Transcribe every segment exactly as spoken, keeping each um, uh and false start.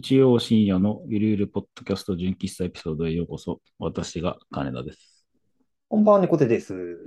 日曜深夜のゆるゆるポッドキャスト純喫茶エピソードへようこそ。私が金田です。 こんばんは、猫背です。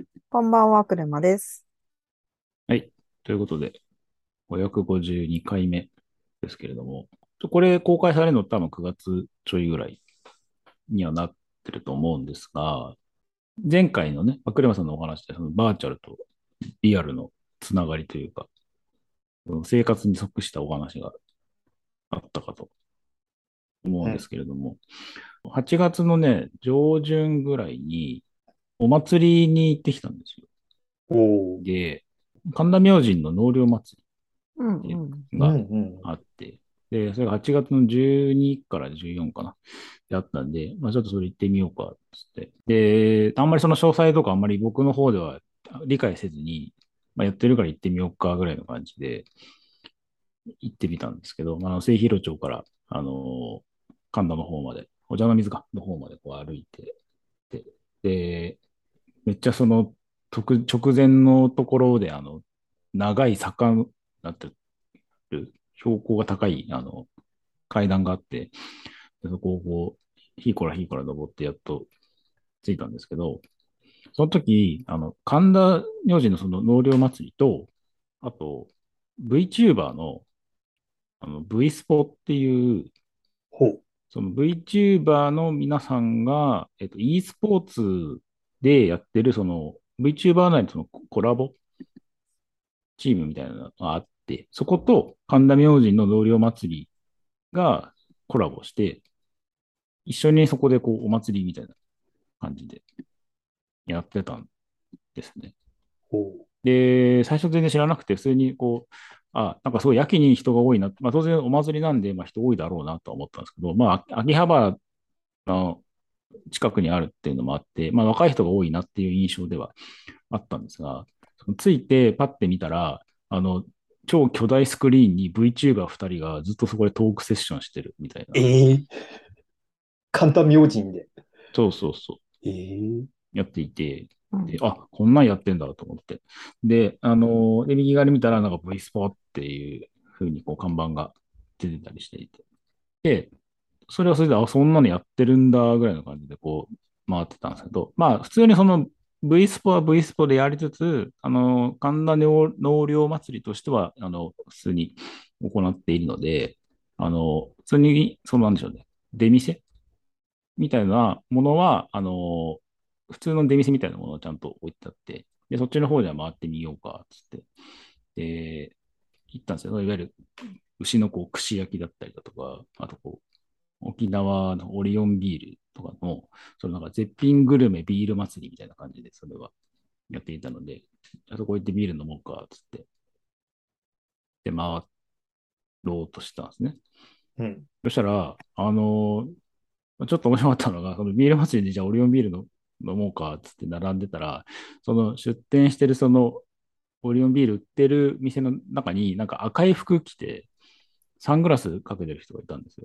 こんばんは、車です。 はい。ということで、ごひゃくごじゅうにかいめですけれども、これ公開されるの多分くがつちょいぐらいにはなってると思うんですが、前回のね、クレマさんのお話で、そのバーチャルとリアルのつながりというか、生活に即したお話があったかと思うんですうん。 けれども、はちがつのね、上旬ぐらいにお祭りに行ってきたんですよ。 おー。 で、神田明神の納涼祭うんりうん。 うん、 がうん。 あって、で、それがはちがつのじゅうにからじゅうよっかかな。であったんで、まあちょっとそれ行ってみようか、つって。で、あんまりその詳細とかあんまり僕の方では理解せずに、まあやってるから行ってみようかぐらいの感じで行ってみたんですけど、あの、末広町から、あの、神田の方まで、お茶の水か、の方までこう歩いて、で、でめっちゃその、直直前のところで、あの、長い坂になってる、標高が高い、あの、階段があって、でそこをこう、ひいこらひいこら登ってやっと着いたんですけど、その時、あの、神田明神のその納涼祭りと、あと、VTuber の、あの、V スポっていう、 ほう。 その VTuber の皆さんが、えっと、e スポーツでやってる、その VTuber 内のそのコラボチームみたいなのがあって、そこと神田明神の納涼祭りがコラボして、一緒にそこでこうお祭りみたいな感じでやってたんですね。 ほで、最初全然知らなくて、普通にこう、あ、なんかすごいやけに人が多いなって、まあ当然お祭りなんで、まあ人多いだろうなとは思ったんですけど、まあ秋葉原の近くにあるっていうのもあって、まあ若い人が多いなっていう印象ではあったんですが、ついてパッて見たら、あの、超巨大スクリーンに VTuber ふたりがずっとそこでトークセッションしてるみたいう。 な。 ええー、簡単明神で。 そうそうそう。 ええー、 やっていて、で、 うん。 あ、こんなんやってんだと思って。で、あの、で、右側に見たら、なんか V スポっていう風にこう看板が出てたりしていて。で、それはそれで、あ、そんなのやってるんだぐらいの感じでこう回ってたんですけど、まあ、普通にその V スポは V スポでやりつつ、あの、神田納納涼祭りとしては、あの、普通に行っているので、あの、普通に、そうなんでしょうね。出店みたいなものは、あの、普通の出店みたいなものをちゃんと置いてあって、で、そっちの方では回ってみようか、つって。で、行ったんですよ。いわゆる牛のこう串焼きだったりだとか、あとこう、沖縄のオリオンビールとかの、そのなんか絶品グルメビール祭りみたいな感じで、それはやっていたので、あそこ行ってビール飲もうか、つって、で、回ろうとしたんですね。 うん。 そしたら、あのちょっと面白かったのが、そのビール祭りでじゃあオリオンビールの飲もうかっつって並んでたら、その出店してるそのオリオンビール売ってる店の中になんか赤い服着てサングラスかけてる人がいたんですよ。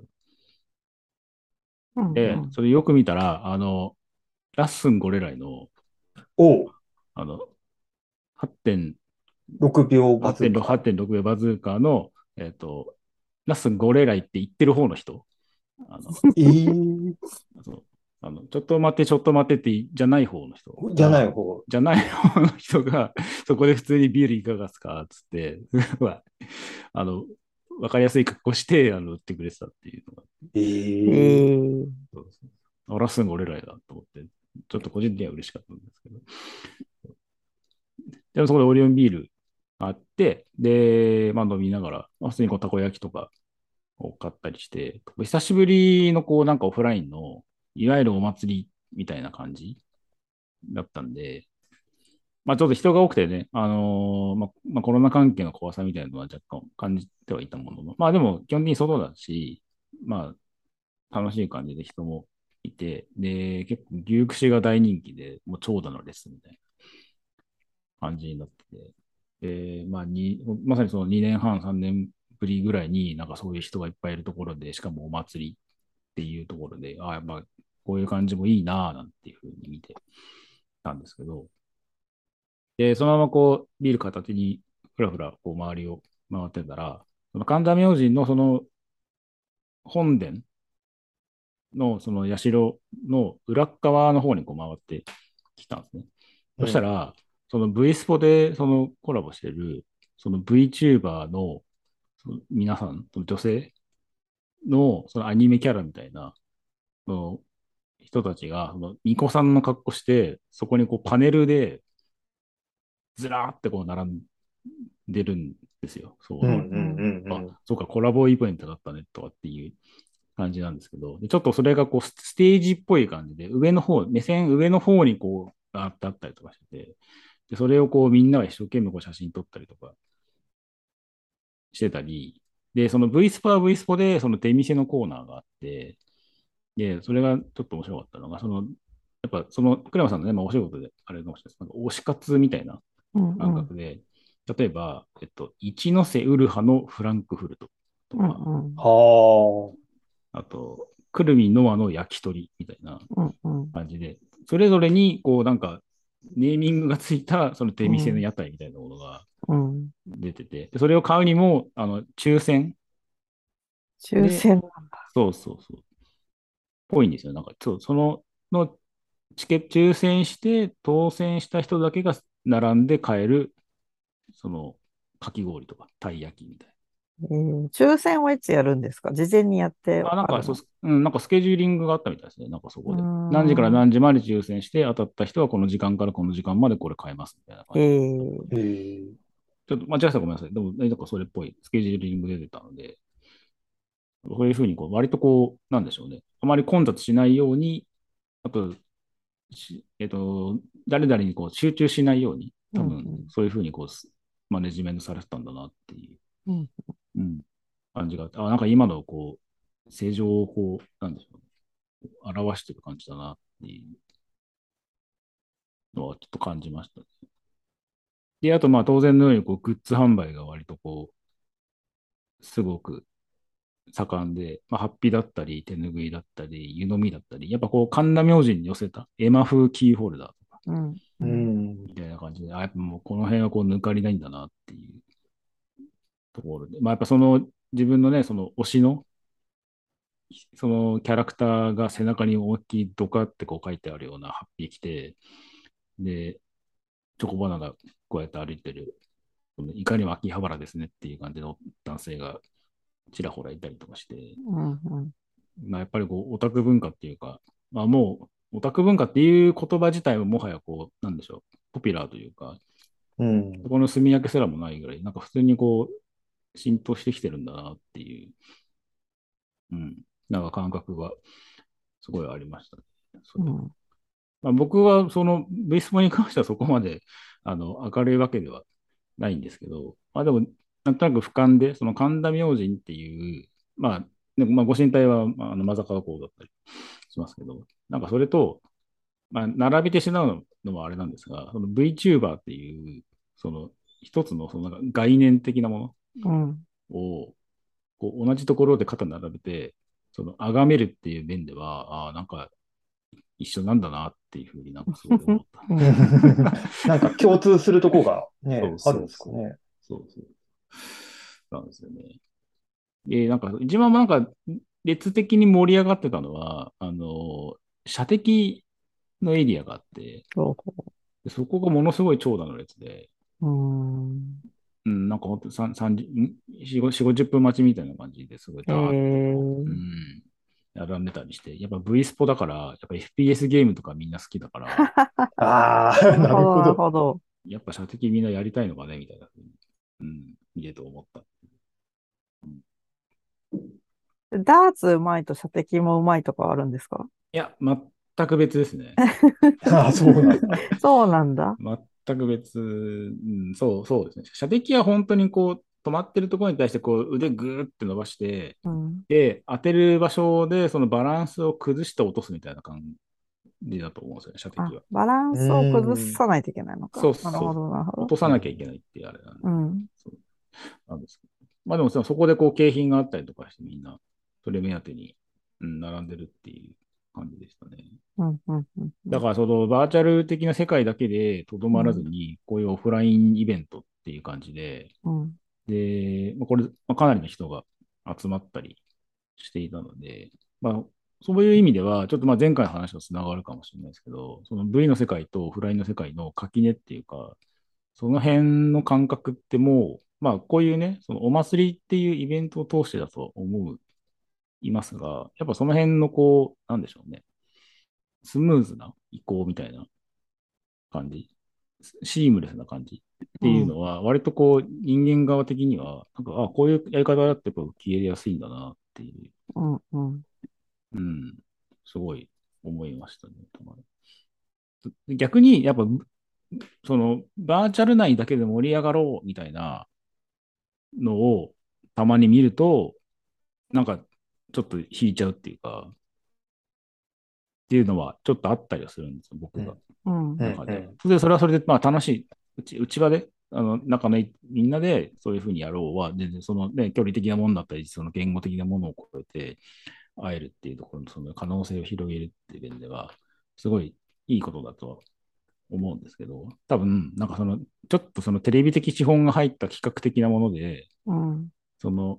うんうで、 ん。 それよく見たら、あの、ラッスンゴレライの、 おう。 あの、はちてん、 ろくびょうバズーはちてんろく、 カ。 はちてんろく秒バズーカーの、えっと、ラッスンゴレライって言ってる方の人、あの、 ええー、 そうあの、ちょっと待って、ちょっと待ってって、じゃない方の人じゃないが、 方。 じゃない方の人が、そこで普通にビールいかがですかつって、あの、わかりやすい格好して、あの、売ってくれてたっていうのが、 えええー、 そうですね。あら、すぐ俺らやだと思って、ちょっと個人的には嬉しかったんですけど。でもそこでオリオンビールあって、で、まあ飲みながら、まあ、普通にこうたこ焼きとかを買ったりして、久しぶりのこうなんかオフラインの、いわゆるお祭りみたいな感じだったんで、まあちょっと人が多くてね、あのーまあ、まあコロナ関係の怖さみたいなのは若干感じてはいたものの、まあでも基本的に外だし、まあ楽しい感じで人もいて、で、結構牛串が大人気で、もう長蛇の列みたいな感じになってて、で、まあに、まさにそのにねんはん、さんねんぶりぐらいになんかそういう人がいっぱいいるところで、しかもお祭りっていうところで、ああ、やっぱこういう感じもいいなぁなんていうふうに見てたんですけど、で、そのままこう、ビール片手に、ふらふら、こう、周りを回ってたら、その神田明神のその本殿のその社の裏っ側の方にこう回ってきたんですね。そしたうん。 ら、その V スポでそのコラボしてる、その VTuber のその皆さん、その女性のそのアニメキャラみたいな、その人たちが、その巫女さんの格好して、そこにこうパネルでずらーってこう並んでるんですよ。そうん、 う。 うん、 うん、 うん、 うん、うあ、 ん。 そうか、コラボイベントだったね、とかっていう感じなんですけど、でちょっとそれがこうスステージっぽい感じで、上の方、目線上の方にこう、あってあったりとかしてて、で、それをこうみんなが一生懸命こう写真撮ったりとかしてたり、で、その V スポは V スポでその出店のコーナーがあって、で、それがちょっと面白かったのが、その、やっぱその、クレマさんのね、まあ、お仕事であれかもしれないです。なんか推し活みたいなうん、うん、 感覚で、例えば、えっと、一ノ瀬ウルハのフランクフルトとうん、 か、 うん、 はあと、くるみノアの焼き鳥みたいなうん、うん、 感じで、それぞれに、こう、なんか、ネーミングがついた、その出店のうん、 屋台みたいなものがうん。 出てて、でそれを買うにも、あの、抽選で、 抽選。 そうそうそう、ぽいんですよ。なんか、そう、その、のチケット抽選して、当選した人だけが並んで買える、その、かき氷とか、たい焼きみたいえー、抽選はいつやるんですか？事前にやってな。あ、なんか、そう、 あるの？ うん、なんかスケジューリングがあったみたいですね。なんかそうーこで。何時からん。 何時まで抽選して、当たった人はこの時間からこの時間までこれ買えますみたいなえ感じで。 ー、 あ。へえ。 ちょっと間違えたらごめんなさい。でも、なんかそれっぽいスケジューリングで出てたので、そういうふうにこう、割とこう、なんでしょうね。あまり混雑しないように、あと、しえっと、誰々にこう集中しないように、 うん、 多分、 うん、 そういうふうにこう、マネジメントされてたんだなっていう、 うん、 うん、感じがあって、あ、なんか今のこう、正常をこう、なんでしょうね、表してる感じだなっていうのはちょっと感じましたね。で、あとまあ当然のようにこう、グッズ販売が割とこう、すごく盛んで、まあ、ハッピーだったり、手ぬぐいだったり、湯飲みだったり、やっぱこう、神田明神に寄せたエマ風キーホルダーとか、 うん、ううん、 ん。 みたいな感じで、あ、やっぱもうこの辺はこう、抜かりないんだなっていうところで、まあやっぱその自分のね、その推しの、そのキャラクターが背中に思いっきりドカってこう書いてあるようなハッピー着て、で、チョコバナナこうやって歩いてる、いかにも秋葉原ですねっていう感じの男性がちらほらいたりとかして、 うん、うん、 まあ、やっぱりこうオタク文化っていうか、まあ、もうオタク文化っていう言葉自体はもはやこう、なんでしょう、ポピュラーというか、 うん。 そこの住み分けすらもないぐらい、なんか普通にこう、浸透してきてるんだなっていう、うん、なんか感覚がすごいありましたね。それうん、 まあ、僕はそのベースボに関してはそこまであの明るいわけではないんですけど、まあでも、なんとなく俯瞰で、その神田明神っていう、まあ、ねまあ、ご神体は、まあ、あの、マザカダコウだったりしますけど、なんかそれと、まあ、並べてしまうのもあれなんですが、その VTuber っていう、その一つのそのなんか概念的なもうん。 のを、こう同じところで肩並べて、その崇めるっていう面では、ああ、なんか一緒なんだなっていうふうになんかすごい思っうた。 ん、 なんか共通するとこがね、 そうあるんそうそう。 ですかね。 そうそう。なんですよね。で、なんか、一番なんか、列的に盛り上がってたのは、あの、射的のエリアがあって、 そでそこがものすごい長蛇の列で、 う。うん。 うん、なんか本当にさん、さんじゅう、んよん、ご よん、ごじゅっぷん待ちみたいな感じですごいえダーってこう、うー、 ん、並んでたりして、やっぱ V スポだから、やっぱ エフピーエス ゲームとかみんな好きだから、 ああ、ななるほど、なるるほど。 ほど。 やっぱ射的みんなやりたいのかねみたいなふうに、うん、見てと思った。 ダーツうまいと射的もうまいとかあるんですか？ いや、全く別ですね。 ああ、そうなんだ。 そうなんだ。 全く別、うん、そう、そうですね。射的は本当にこう、止まってるところに対してこう腕ぐーって伸ばして、 うん。 で、当てる場所でそのバランスを崩して落とすみたいな感じだと思うんですよね、射的あ、 は。 バランうスを崩ーん。 さないといけないのか。 そうそう。 なるほど、なるほど。 落とさなきゃいけうん。 ないっていうあれなんで。 うん。 そうなんですけど。まあでもそそこでこう景品があったりとかしてみんな、それ目当てに、うん、並んでるっていう感じでしたね。 うん、うん、うん、うん。 だからそのバーチャル的な世界だけでとどまらずうん、 に、こういうオフラインイベントっていう感じで、 うん、 で、まあ、これ、まあ、かなりの人が集まったりしていたので、まあ、そういう意味では、ちょっとまあ前回の話とつながるかもしれないですけど、その V の世界とオフラインの世界の垣根っていうか、その辺の感覚ってもう、まあこういうね、そのお祭りっていうイベントを通してだと思いますが、やっぱその辺のこう、なんでしょうね、スムーズな移行みたいな感じ、シームレスな感じっていううん、 のは、割とこう人間側的には、なんか、あ、こういうやり方だってやっぱ受け入れやすいんだなっていう、 うん、うん、 うん、すごい思いましたね。逆に、やっぱ、その、バーチャル内だけで盛り上がろうみたいなのをたまに見ると、なんか、ちょっと引いちゃうっていうか、っていうのはちょっとあったりはするんですよ、僕が。 うん、 うん、 うん、 中で。 うん。 で、それはそれで、まあ楽しい。うち、内場で、あの、仲のいいみんなでそういうふうにやろうは、全然そのね、距離的なものだったり、その言語的なものを超えて会えるっていうところのその可能性を広げるっていう面では、すごいいいことだとは思うんですけど、多分、なんかその、ちょっとそのテレビ的資本が入った企画的なもので、 うん、 その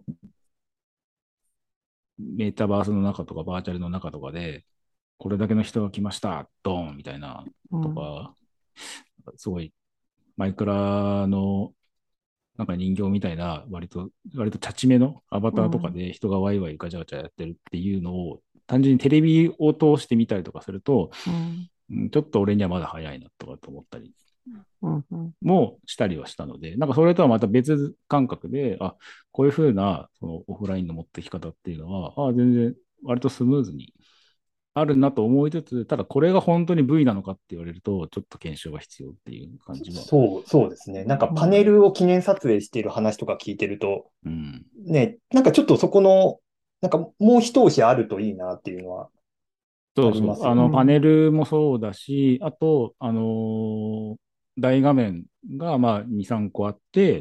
メタバースの中とかバーチャルの中とかで、これだけの人が来ました、ドーンみたいなうん、 とか、すごいマイクラのなんか人形みたいな、割と、割とチャチめのアバターとかうん、 で人がワイワイガチャガチャやってるっていうのを、単純にテレビを通してみたりとかすると、 うん、 うんちょっと俺にはまだ早いなとかと思ったりうん、うん、 もしたりはしたので、なんかそれとはまた別感覚で、あ、こういうふうなそのオフラインの持ってき方っていうのは、あ、全然割とスムーズにあるなと思いつつ、ただこれが本当に V なのかって言われると、ちょっと検証が必要っていう感じは。 そう、そうですね。なんかパネうん、 ルを記念撮影している話とか聞いてると、 うん。 ね、なんかちょっとそこの、なんかもう一押しあるといいなっていうのはありそうそう。あの、パますよね。 ネルもそうだし、あと、あのー大画面がまあに、さんこあって、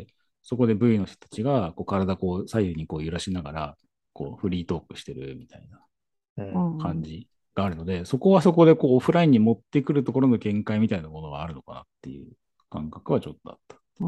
そこで V の人たちがこう体こう左右にこう揺らしながら、こうフリートークしてるみたいなうん。 うん、うん、 感じがあるので、そこはそこでこうオフラインに持ってくるところの限界みたいなものがあるのかなっていう感覚はちょっとあった。 うん、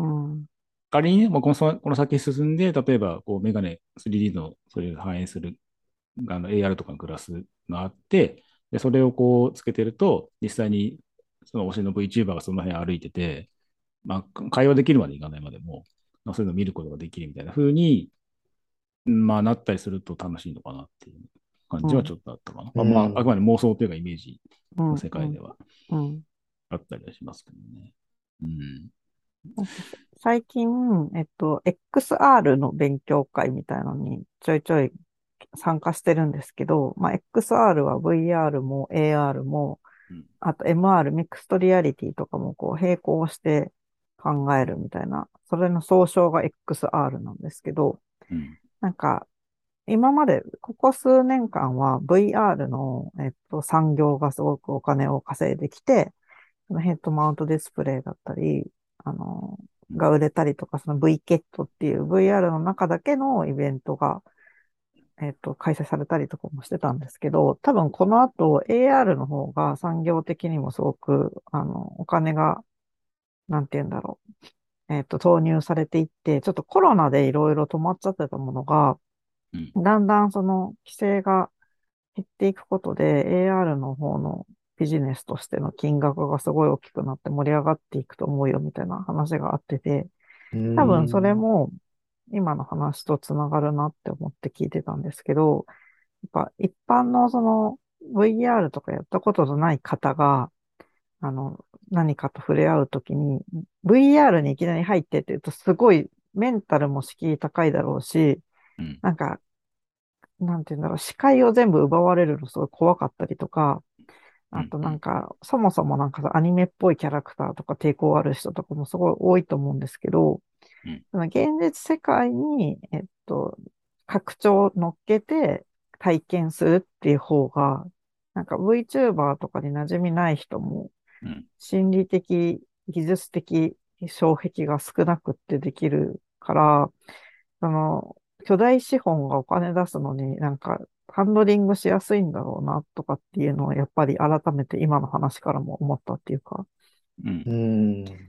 仮にね、まあ、このそこの先進んで、例えばこうメガネ スリーディー のそれを反映するあの エーアール とかのグラスがあって、で、それをこうつけてると、実際にその推しの VTuber がその辺歩いてて、まあ、会話できるまでいかないまでも、まあ、そういうのを見ることができるみたいな風に、まあ、なったりすると楽しいのかなっていう感じはちょっとあったかな。 うまあ、まあ、あくまん。 で妄想というかイメージのうん、 世界ではうん。 あったりはしますけどね。うん。 なんかさ最近、えっと、エックスアール の勉強会みたいなのにちょいちょい参加してるんですけど、まあ、エックスアール は ブイアール も エーアール も、 うん。 あと エムアール、ミックストリアリティとかもこう並行して考えるみたいな、それの総称が エックスアール なんですけど、 うん。 なんか今まで、ここ数年間は ブイアール の、えっと、産業がすごくお金を稼いできて、そのヘッドマウントディスプレイだったり、あの、 うん。 が売れたりとか、その V ケットっていう ブイアール の中だけのイベントが、えっと、開催されたりとかもしてたんですけど、多分この後 エーアール の方が産業的にもすごく、あの、お金が、なんて言うんだろう、えっと、投入されていって、ちょっとコロナでいろいろ止まっちゃってたものが、 うん。 だんだんその規制が減っていくことで エーアール の方のビジネスとしての金額がすごい大きくなって盛り上がっていくと思うよみたいな話があってて、 う多分それん。 も今の話とつながるなって思って聞いてたんですけど、やっぱ一般のその ブイアール とかやったことのない方が、あの、何かと触れ合うときに、ブイアール にいきなり入ってって言うとすごいメンタルも敷居高いだろうし、 うん。 なんか、なんて言うんだろう、視界を全部奪われるのすごい怖かったりとか、あとうん。うん。 なんか、そもそもなんかさアニメっぽいキャラクターとか抵抗ある人とかもすごい多いと思うんですけど、 うん。 その現実世界に、えっと、拡張を乗っけて体験するっていう方が、なんか VTuber とかに馴染みない人もうん。 心理的、技術的障壁が少なくってできるから、その、巨大資本がお金出すのになんか、ハンドリングしやすいんだろうなとかっていうのは、やっぱり改めて今の話からも思ったっていうか。 うん。 うん。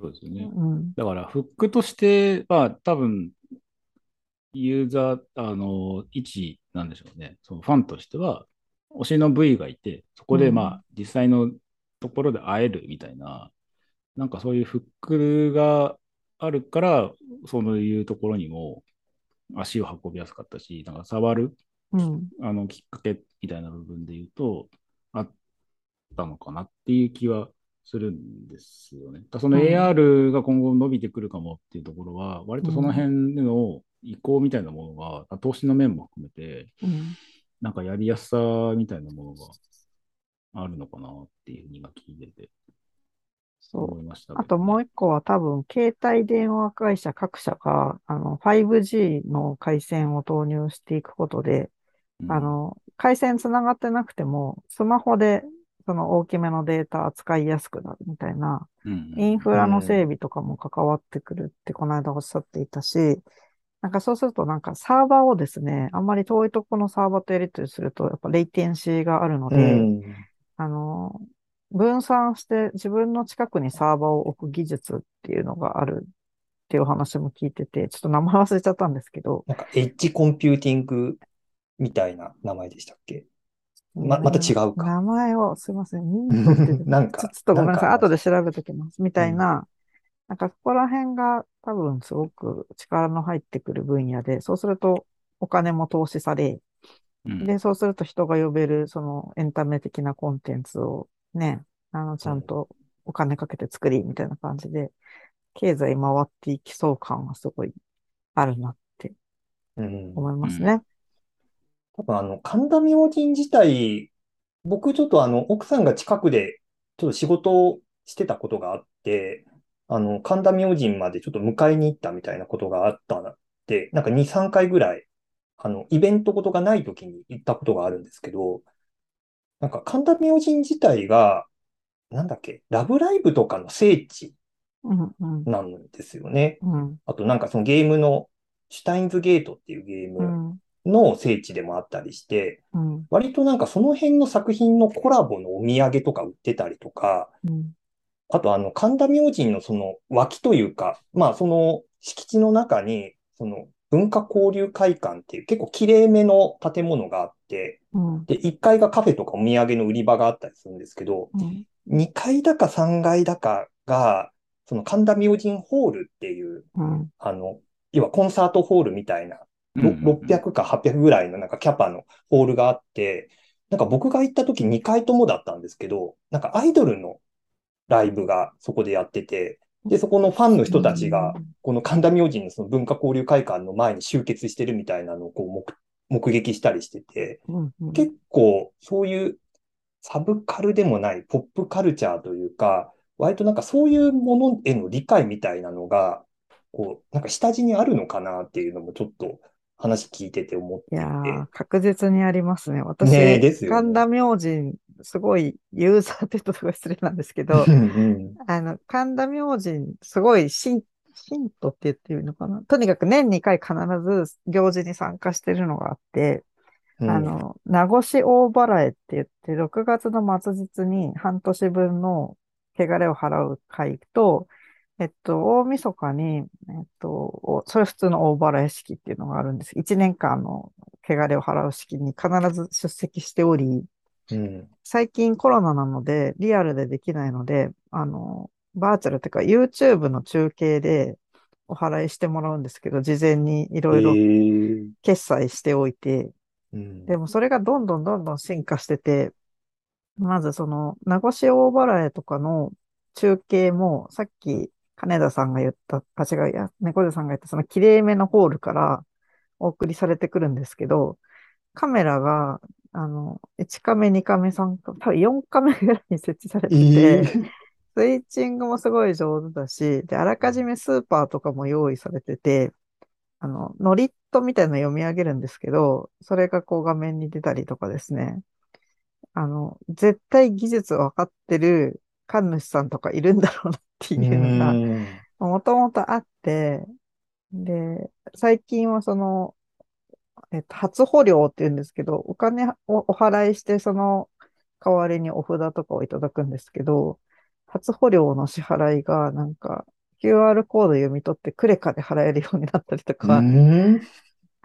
そうですよね。 うん、 だから、フックとしては、多分、ユーザー、あの、一、 なんでしょうね。そのファンとしては、推しの V がいて、そこでまうんあ、実際のところで会えるみたいな、なんかそういうフックがあるから、そういうところにも足を運びやすかったし、なんか触る、 うん。 あの、きっかけみたいな部分で言うと、あったのかなっていう気はするんですよね。だそのうん。 エーアール が今後伸びてくるかもっていうところは、割とそのうん。 辺での移行みたいなものが、投資の面も含めて、 うん。 なんかやりやすさみたいなものがあるのかなっていうふうに今聞いてて思そう。 いましたあともうけどね。 一個は多分、携帯電話会社各社が、あの、ファイブジー の回線を投入していくことで、 うん。 あの、回線つながってなくても、スマホでその大きめのデータ扱いやすくなるみたいな、 うんうインフうラの整ん。 備とかも関わってくるってこの間おっしゃっていたし、なんかそうするとなんかサーバーをですね、あんまり遠いところのサーバーとやり取りすると、やっぱレイテンシーがあるのうで、 ん。 あの、分散して自分の近くにサーバーを置く技術っていうのがあるっていうお話も聞いてて、ちょっと名前忘れちゃったんですけど、 なんか、エッジコンピューティングみたいな名前でしたっけ？ま、また違ね、 うか。 名前をすいません、ミントって言って、ちょ、 なんか、 ちょっとごなんめんなさい。 かありました。 後で調べときます。みたうん。 いな、なんかそこら辺が多分すごく力の入ってくる分野で、そうするとお金も投資され、 ん。うん。 で、そうすると人が呼べる、そのエンタメ的なコンテンツをね、あの、ちうん。 ゃんとお金かけて作り、みたいな感じで、経済回っていきそう感はすごいあるなってうん。 思いうん。 ますね。 多分あの、神田明神自体、僕ちょっとあの、奥さんが近くで、ちょっと仕事をしてたことがあって、あの、神田明神までちょっと迎えに行ったみたいなことがあったって、なんかに、さんかいぐらい、あの、イベントごとがない時に行ったことがあるんですけど、なんか神田明神自体が、なんだっけ、ラブライブとかの聖地うん、うん、 なんですよね。 うん、 あとなんかそのゲームの、シュタインズゲートっていうゲームうん、 の聖地でもあったりして、 うん、 割となんかその辺の作品のコラボのお土産とか売ってたりとか、 うん、 あとあの神田明神のその脇というか、まあその敷地の中に、その文化交流会館っていう結構綺麗めの建物があって、 うん、 で、いっかいがカフェとかお土産の売り場があったりするんですけど、 うん、 にかいだかさんがいだかが、その神田明神ホールっていう、 うん、 あの、要はコンサートホールみたいな、 うん。うろん。 ろっぴゃくかはっぴゃくぐらいのなんかキャパのホールがあって、なんか僕が行った時にかいともだったんですけど、なんかアイドルのライブがそこでやってて、で、そこのファンのう人たちが、 ん。 この神田明神のその文化交流会館の前に集結してるみたいなのをこう目目撃したりしてて、 うん、うん、 結構そういうサブカルでもないポップカルチャーというか、割となんかそういうものへの理解みたいなのが、こう、なんか下地にあるのかなっていうのもちょっと話聞いてて思っいやていて。 ー、確実にありますね。 ねえ、 私、 ですよね。 神田明神、すごいユーザーって言うとすごい失礼なんですけど、 うんうん。 あの、神田明神、すごい信、信徒って言っていいのかな。とにかく年にかい必ず行事に参加してるのがあって、 うん。 あの、名越大払えって言って、ろくがつの末日に半年分の汚れを払う会と、えっと、大晦日に、えっと、おそれ普通の大払い式っていうのがあるんです。いちねんかんの汚れを払う式に必ず出席しており、 うん。 最近コロナなので、リアルでできないので、あの、バーチャルっていうか YouTube の中継でお払いしてもらうんですけど、事前にいえろいろえ、 決済しておいて、 うん。 でもそれがどんどんどんどん進化してて、まずその、名越大払いとかの中継も、さっき金田さんが言った、あ、違う、いや、猫背さんが言ったその綺麗めのホールからお送りされてくるんですけど、カメラが、あの、いちカメ、にカメ、さんカメ、多分よんカメぐらいに設置されてて、 ええ、 スイッチングもすごい上手だし、で、あらかじめスーパーとかも用意されてて、あの、ノリットみたいなの読み上げるんですけど、それがこう画面に出たりとかですね。あの、絶対技術分かってる神主さんとかいるんだろうなってうーいうのが、 ん。 もともとあって、で、最近はその、えっと、初穂料って言うんですけど、お金をお払いして、その代わりにお札とかをいただくんですけど、初穂料の支払いが、なんか、キューアール コード読み取ってクレカで払えるようになったりとうーか、 ん。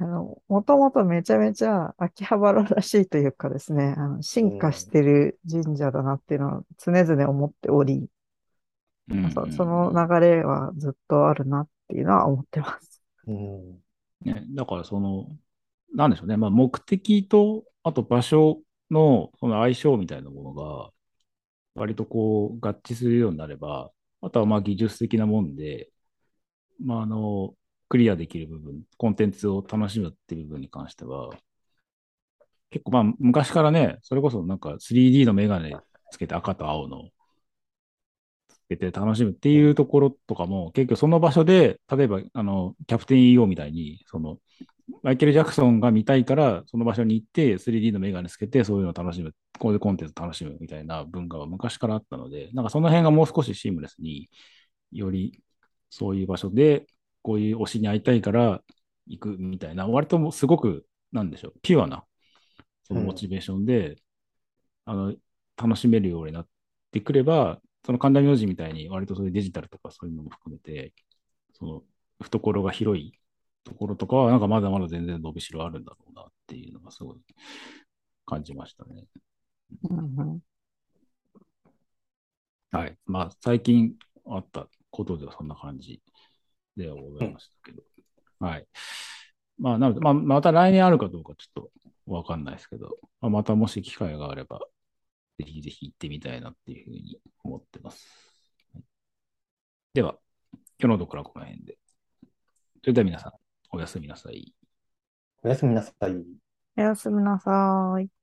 あの、もともとめちゃめちゃ秋葉原らしいというかですね、あの、 う進化しん。 てる神社だなっていうのは常々思っており、 うんうんうそ、そのん。 流れはずっとあるなっていうのは思ってます。 うん。 ね、だからその、なんでしょうね。まあ目的と、あと場所のその相性みたいなものが、割とこう合致するようになれば、あとはまあ技術的なもんで、まああの、クリアできる部分、コンテンツを楽しむっていう部分に関しては、結構まあ昔からね、それこそなんか スリーディー のメガネつけて赤と青のつけて楽しむっていうところとかも、結局その場所で、例えばあの、キャプテン イーオー みたいに、その、マイケル・ジャクソンが見たいから、その場所に行って、スリーディー のメガネつけて、そういうのを楽しむ、こういうコンテンツ楽しむみたいな文化は昔からあったので、なんかその辺がもう少しシームレスに、よりそういう場所で、こういう推しに会いたいから行くみたいな、割ともうすごく、なんでしょう、ピュアな、そうん。 のモチベーションで、あの、楽しめるようになってくれば、その神田明神みたいに、割とそういうデジタルとかそういうのも含めて、その懐が広いところとかは、なんかまだまだ全然伸びしろあるんだろうなっていうのがすごい感じましたね。 うんうん。 はい。まあ、最近あったことではそんな感じではございまうん。 したけど。はい。まあ、なので、まあ、また来年あるかどうかちょっとわかんないですけど、まあ、またもし機会があれば、ぜひぜひ行ってみたいなっていうふうに思ってます。では、今日のところはこの辺で。それでは皆さん、おやすみなさい。 おやすみなさい。 おやすみなさい。